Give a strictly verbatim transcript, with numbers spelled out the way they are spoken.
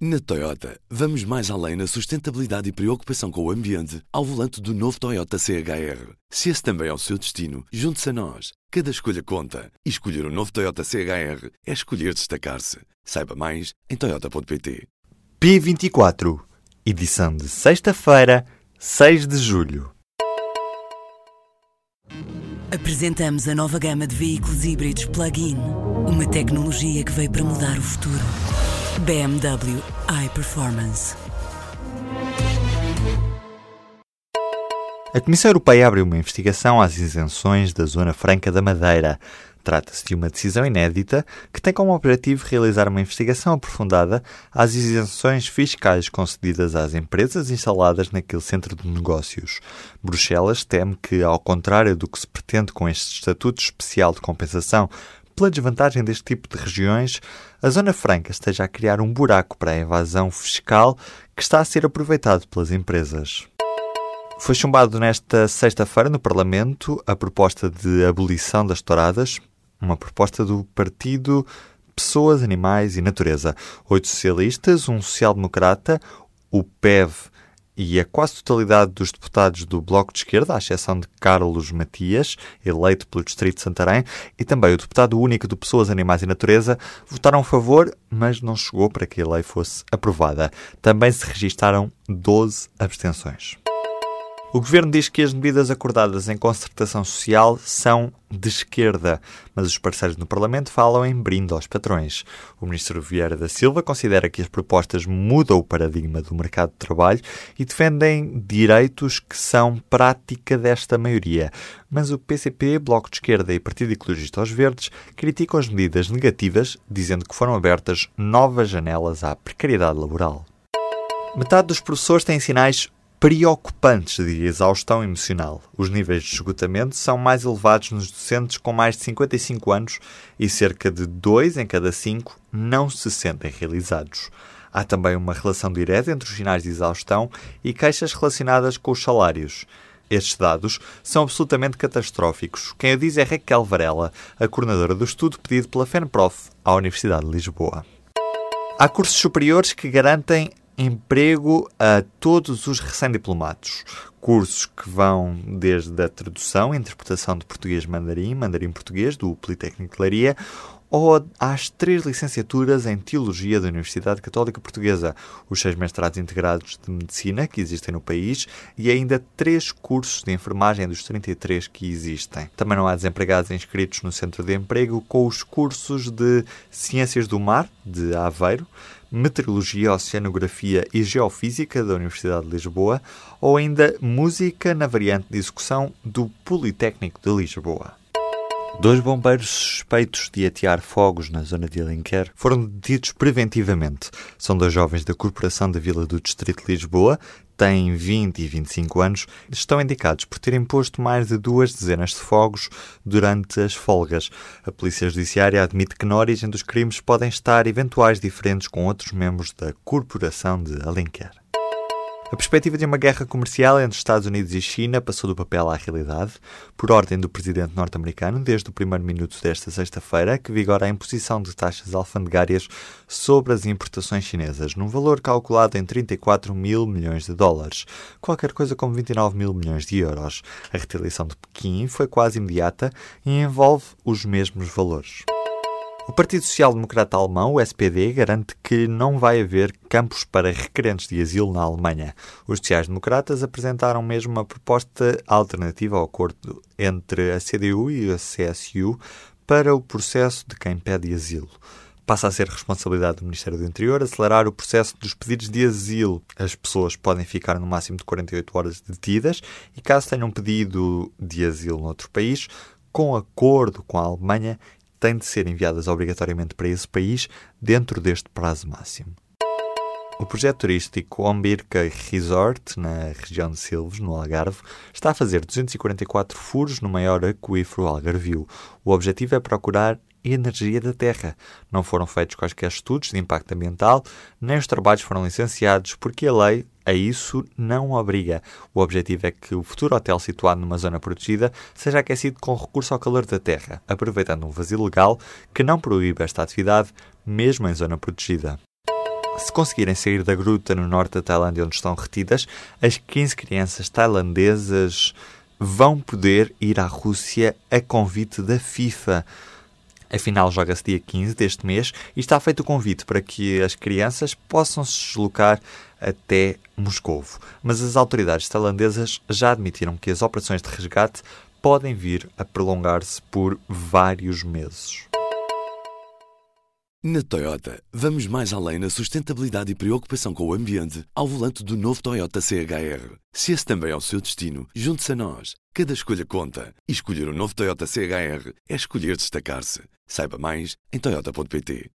Na Toyota, vamos mais além na sustentabilidade e preocupação com o ambiente ao volante do novo Toyota C H R. Se esse também é o seu destino, junte-se a nós. Cada escolha conta. E escolher o novo Toyota C H R é escolher destacar-se. Saiba mais em toyota ponto pt. P vinte e quatro, edição de sexta-feira, seis de julho. Apresentamos a nova gama de veículos híbridos plug-in. Uma tecnologia que veio para mudar o futuro. B M W iPerformance. A Comissão Europeia abriu uma investigação às isenções da Zona Franca da Madeira. Trata-se de uma decisão inédita que tem como objetivo realizar uma investigação aprofundada às isenções fiscais concedidas às empresas instaladas naquele centro de negócios. Bruxelas teme que, ao contrário do que se pretende com este Estatuto Especial de Compensação pela desvantagem deste tipo de regiões, a Zona Franca esteja a criar um buraco para a evasão fiscal que está a ser aproveitado pelas empresas. Foi chumbado nesta sexta-feira no Parlamento a proposta de abolição das touradas, uma proposta do partido Pessoas, Animais e Natureza. Oito socialistas, um social-democrata, o P E V e a quase totalidade dos deputados do Bloco de Esquerda, à exceção de Carlos Matias, eleito pelo Distrito de Santarém, e também o deputado único do Pessoas, Animais e Natureza, votaram a favor, mas não chegou para que a lei fosse aprovada. Também se registaram doze abstenções. O Governo diz que as medidas acordadas em concertação social são de esquerda, mas os parceiros no Parlamento falam em brinde aos patrões. O Ministro Vieira da Silva considera que as propostas mudam o paradigma do mercado de trabalho e defendem direitos que são prática desta maioria. Mas o P C P, Bloco de Esquerda e Partido Ecologista aos Verdes criticam as medidas negativas, dizendo que foram abertas novas janelas à precariedade laboral. Metade dos professores têm sinais preocupantes de exaustão emocional. Os níveis de esgotamento são mais elevados nos docentes com mais de cinquenta e cinco anos e cerca de dois em cada cinco não se sentem realizados. Há também uma relação direta entre os sinais de exaustão e queixas relacionadas com os salários. Estes dados são absolutamente catastróficos. Quem o diz é Raquel Varela, a coordenadora do estudo pedido pela FENPROF à Universidade de Lisboa. Há cursos superiores que garantem emprego a todos os recém-diplomados. Cursos que vão desde a tradução e interpretação de português-mandarim, mandarim-português, do Politécnico de Leiria, ou às três licenciaturas em Teologia da Universidade Católica Portuguesa, os seis mestrados integrados de Medicina que existem no país e ainda três cursos de enfermagem dos trinta e três que existem. Também não há desempregados inscritos no Centro de Emprego com os cursos de Ciências do Mar, de Aveiro, Meteorologia, Oceanografia e Geofísica da Universidade de Lisboa ou ainda Música na variante de execução do Politécnico de Lisboa. Dois bombeiros suspeitos de atear fogos na zona de Alenquer foram detidos preventivamente. São dois jovens da Corporação da Vila do Distrito de Lisboa, têm vinte e vinte e cinco anos, estão indicados por terem posto mais de duas dezenas de fogos durante as folgas. A Polícia Judiciária admite que na origem dos crimes podem estar eventuais diferentes com outros membros da Corporação de Alenquer. A perspectiva de uma guerra comercial entre Estados Unidos e China passou do papel à realidade, por ordem do presidente norte-americano, desde o primeiro minuto desta sexta-feira, que vigora a imposição de taxas alfandegárias sobre as importações chinesas, num valor calculado em trinta e quatro mil milhões de dólares, qualquer coisa como vinte e nove mil milhões de euros. A retaliação de Pequim foi quase imediata e envolve os mesmos valores. O Partido Social Democrata Alemão, o S P D, garante que não vai haver campos para requerentes de asilo na Alemanha. Os sociais-democratas apresentaram mesmo uma proposta alternativa ao acordo entre a C D U e a C S U para o processo de quem pede asilo. Passa a ser responsabilidade do Ministério do Interior acelerar o processo dos pedidos de asilo. As pessoas podem ficar no máximo de quarenta e oito horas detidas e, caso tenham pedido de asilo noutro país, com acordo com a Alemanha, têm de ser enviadas obrigatoriamente para esse país dentro deste prazo máximo. O projeto turístico Ombirka Resort, na região de Silves, no Algarve, está a fazer duzentos e quarenta e quatro furos no maior aquífero algarvio. O objetivo é procurar energia da terra. Não foram feitos quaisquer estudos de impacto ambiental, nem os trabalhos foram licenciados, porque a lei a isso não obriga. O objetivo é que o futuro hotel situado numa zona protegida seja aquecido com recurso ao calor da terra, aproveitando um vazio legal que não proíbe esta atividade, mesmo em zona protegida. Se conseguirem sair da gruta no norte da Tailândia onde estão retidas, as quinze crianças tailandesas vão poder ir à Rússia a convite da FIFA. A final joga-se dia quinze deste mês e está feito o convite para que as crianças possam se deslocar até Moscovo. Mas as autoridades tailandesas já admitiram que as operações de resgate podem vir a prolongar-se por vários meses. Na Toyota, vamos mais além na sustentabilidade e preocupação com o ambiente ao volante do novo Toyota C H R. Se esse também é o seu destino, junte-se a nós. Cada escolha conta. E escolher o novo Toyota C H R é escolher destacar-se. Saiba mais em toyota ponto pt.